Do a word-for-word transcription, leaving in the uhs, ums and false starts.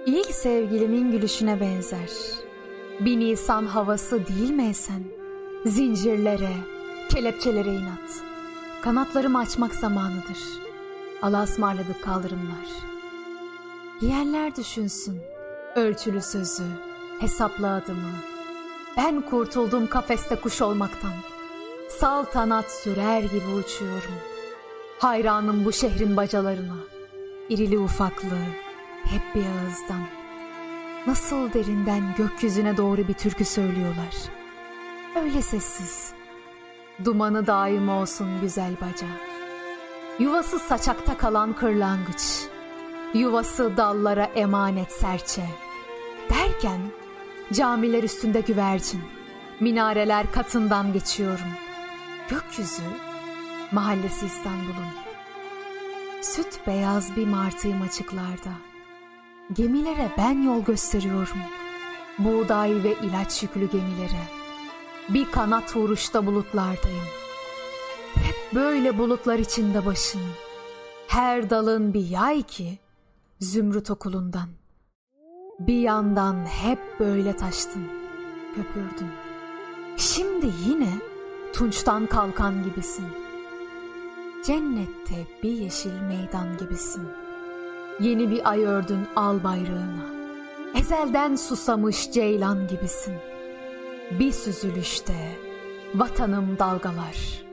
İlk sevgilimin gülüşüne benzer. Bir Nisan havası değil mi esen? Zincirlere, kelepçelere inat. Kanatlarımı açmak zamanıdır. Allah'a ısmarladık kaldırımlar. Yiyenler düşünsün. Ölçülü sözü, hesaplı adımı. Ben kurtuldum kafeste kuş olmaktan. Saltanat sürer gibi uçuyorum. Hayranım bu şehrin bacalarına. İrili ufaklı, hep bir ağızdan. Nasıl derinden gökyüzüne doğru bir türkü söylüyorlar. Öyle sessiz. Dumanı daim olsun güzel baca. Yuvası saçakta kalan kırlangıç. Yuvası dallara emanet serçe. Derken camiler üstünde güvercin. Minareler katından geçiyorum. Gökyüzü mahallesi İstanbul'un. Süt beyaz bir martıyım açıklarda. Gemilere ben yol gösteriyorum. Buğday ve ilaç yüklü gemilere. Bir kanat vuruşta bulutlardayım. Hep böyle bulutlar içinde başım. Her dalın bir yay ki Zümrüt okulundan. Bir yandan hep böyle taştın, köpürdün. Şimdi yine tunçtan kalkan gibisin. Cennette bir yeşil meydan gibisin. Yeni bir ay ördün al bayrağına. Ezelden susamış ceylan gibisin. Bir süzülüşte vatanım dalgalar.